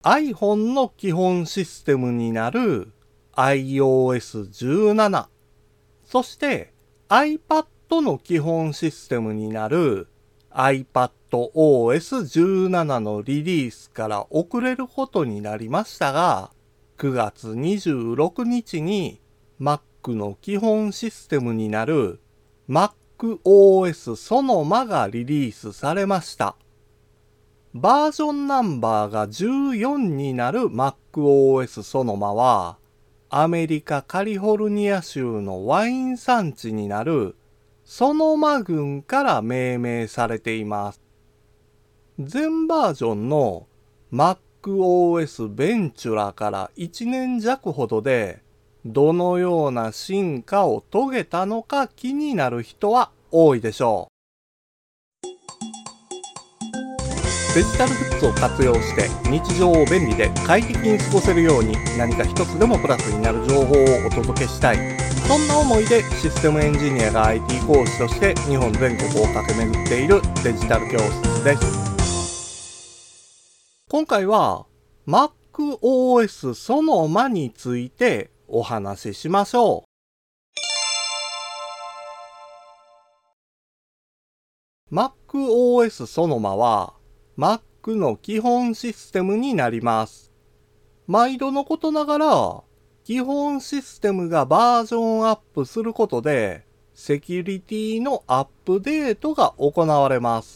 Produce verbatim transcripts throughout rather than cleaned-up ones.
iPhone の基本システムになる アイオーエスじゅうなな、そして iPad の基本システムになる アイパッドオーエスじゅうなな のリリースから遅れることになりましたが、くがつにじゅうろくにちに Mac の基本システムになる MacOS ソノマがリリースされました。バージョンナンバーがじゅうよんになる MacOS ソノマは、アメリカカリフォルニア州のワイン産地になるソノマ郡から命名されています。前バージョンの MacOS ベンチュラからいちねん弱ほどで、どのような進化を遂げたのか気になる人は多いでしょう。デジタルグッズを活用して日常を便利で快適に過ごせるように何か一つでもプラスになる情報をお届けしたい。そんな思いでシステムエンジニアが アイティー 講師として日本全国を駆け巡っているデジタル教室です。今回は MacOS ソノマについてお話ししましょう。MacOS ソノマはMac の基本システムになります。毎度のことながら、基本システムがバージョンアップすることで、セキュリティのアップデートが行われます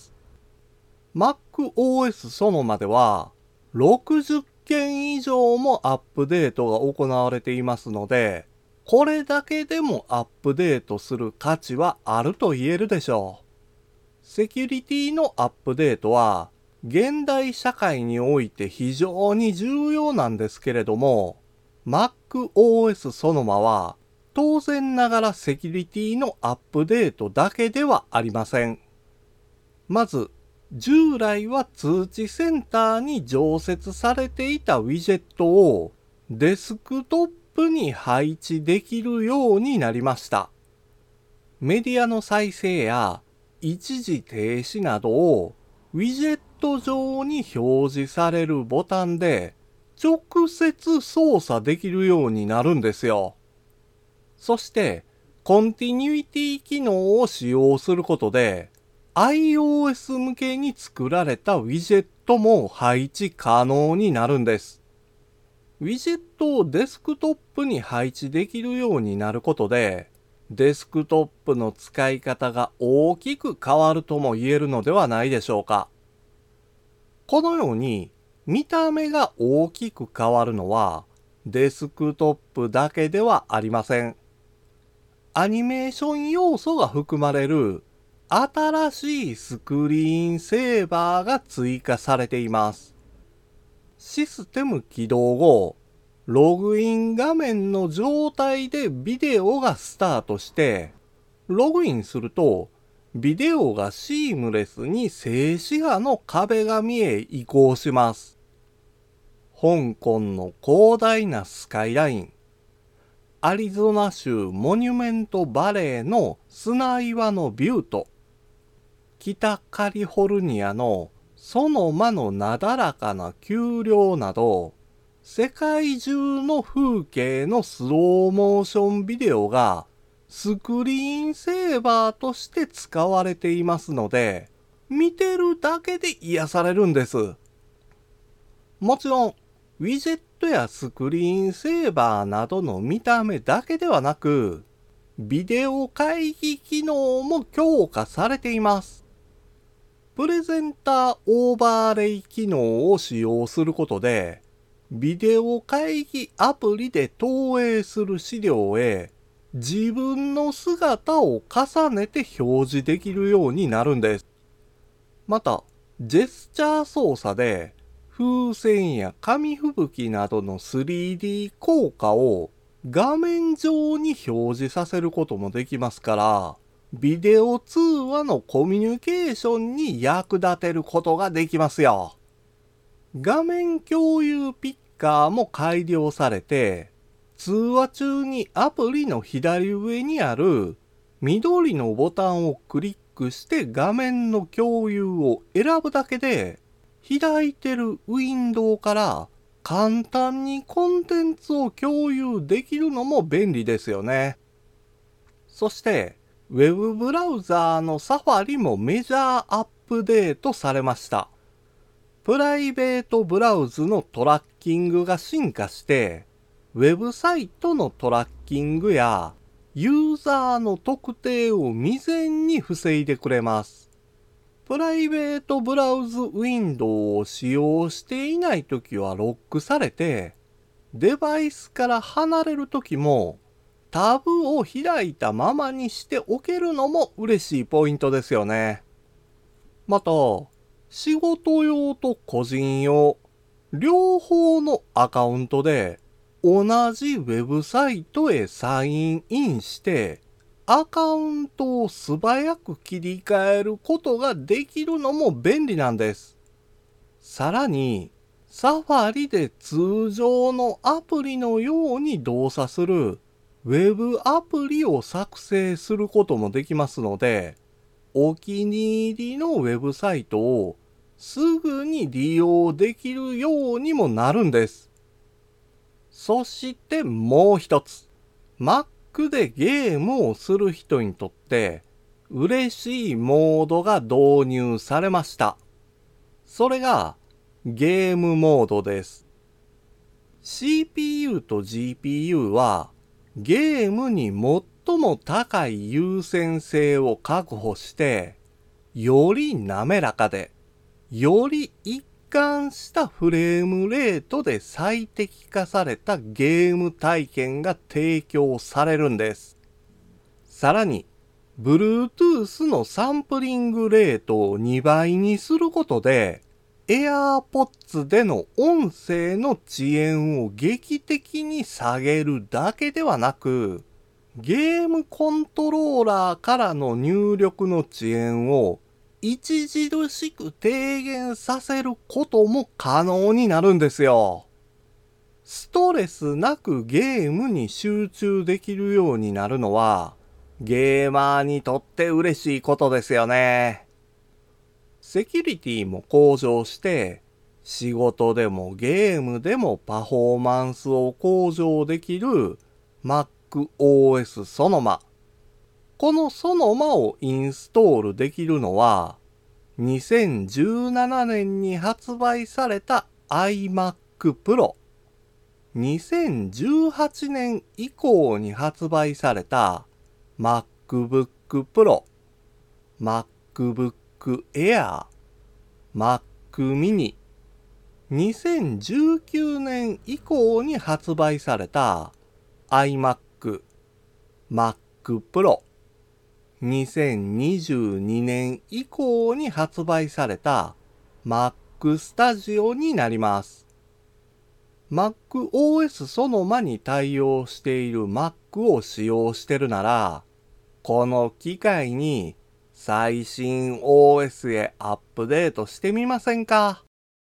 。MacOS ソノマでは、ろくじゅっけん以上もアップデートが行われていますので、これだけでもアップデートする価値はあると言えるでしょう。セキュリティのアップデートは、現代社会において非常に重要なんですけれども、MacOS ソノマは当然ながらセキュリティのアップデートだけではありません。まず、従来は通知センターに常設されていたウィジェットをデスクトップに配置できるようになりました。メディアの再生や一時停止などをウィジェット上に表示されるボタンで直接操作できるようになるんですよ。そして、コンティニュイティ機能を使用することで iOS 向けに作られたウィジェットも配置可能になるんです。ウィジェットをデスクトップに配置できるようになることで、デスクトップの使い方が大きく変わるとも言えるのではないでしょうか。このように見た目が大きく変わるのはデスクトップだけではありません。アニメーション要素が含まれる新しいスクリーンセーバーが追加されています。システム起動後、ログイン画面の状態でビデオがスタートして、ログインすると、ビデオがシームレスに静止画の壁紙へ移行します。香港の広大なスカイライン、アリゾナ州モニュメントバレーの砂岩のビューと、北カリフォルニアのソノマのなだらかな丘陵など、世界中の風景のスローモーションビデオがスクリーンセーバーとして使われていますので、見てるだけで癒されるんです。もちろん、ウィジェットやスクリーンセーバーなどの見た目だけではなく、ビデオ会議機能も強化されています。プレゼンターオーバーレイ機能を使用することで、ビデオ会議アプリで投影する資料へ自分の姿を重ねて表示できるようになるんです。また、ジェスチャー操作で風船や紙吹雪などの スリーディー 効果を画面上に表示させることもできますから、ビデオ通話のコミュニケーションに役立てることができますよ。画面共有ピッカーも改良されて、通話中にアプリの左上にある緑のボタンをクリックして画面の共有を選ぶだけで、開いてるウィンドウから簡単にコンテンツを共有できるのも便利ですよね。そして、ウェブブラウザーのサファリもメジャーアップデートされました。プライベートブラウズのトラッキングが進化して、ウェブサイトのトラッキングやユーザーの特定を未然に防いでくれます。プライベートブラウズウィンドウを使用していないときはロックされて、デバイスから離れるときもタブを開いたままにしておけるのも嬉しいポイントですよね。また、仕事用と個人用、両方のアカウントで同じウェブサイトへサインインして、アカウントを素早く切り替えることができるのも便利なんです。さらに、サファリで通常のアプリのように動作するウェブアプリを作成することもできますので、お気に入りのウェブサイトをすぐに利用できるようにもなるんです。そしてもう一つ、Mac でゲームをする人にとって嬉しいモードが導入されました。それがゲームモードです。シーピーユー と ジーピーユー はゲームに最も高い優先性を確保して、より滑らかで、より一貫したフレームレートで最適化されたゲーム体験が提供されるんです。さらに、Bluetooth のサンプリングレートをにばいにすることで、AirPods での音声の遅延を劇的に下げるだけではなく、ゲームコントローラーからの入力の遅延を著しく低減させることも可能になるんですよ。ストレスなくゲームに集中できるようになるのは、ゲーマーにとって嬉しいことですよね。セキュリティも向上して、仕事でもゲームでもパフォーマンスを向上できる MacOS ソノマ。このソノマをインストールできるのは、にせんじゅうななねんに発売された iMac Pro、にせんじゅうはちねん以降に発売された MacBook Pro、MacBook Air、Mac mini、にせんじゅうきゅうねん以降に発売された iMac、Mac Pro、にせんにじゅうにねん以降に発売された Mac Studio になります。MacOS そのまに対応している Mac を使用してるなら、この機会に最新 オーエス へアップデートしてみませんか？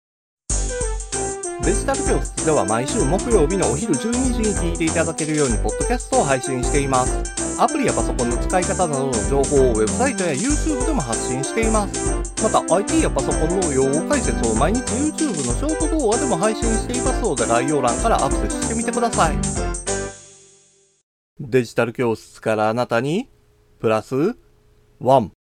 デジタル教室では毎週木曜日のお昼じゅうにじに聞いていただけるようにポッドキャストを配信しています。アプリやパソコンの使い方などの情報をウェブサイトや YouTube でも発信しています。また アイティー やパソコンの用語解説を毎日 YouTube のショート動画でも配信していますので概要欄からアクセスしてみてください。デジタル教室からあなたにプラスワン。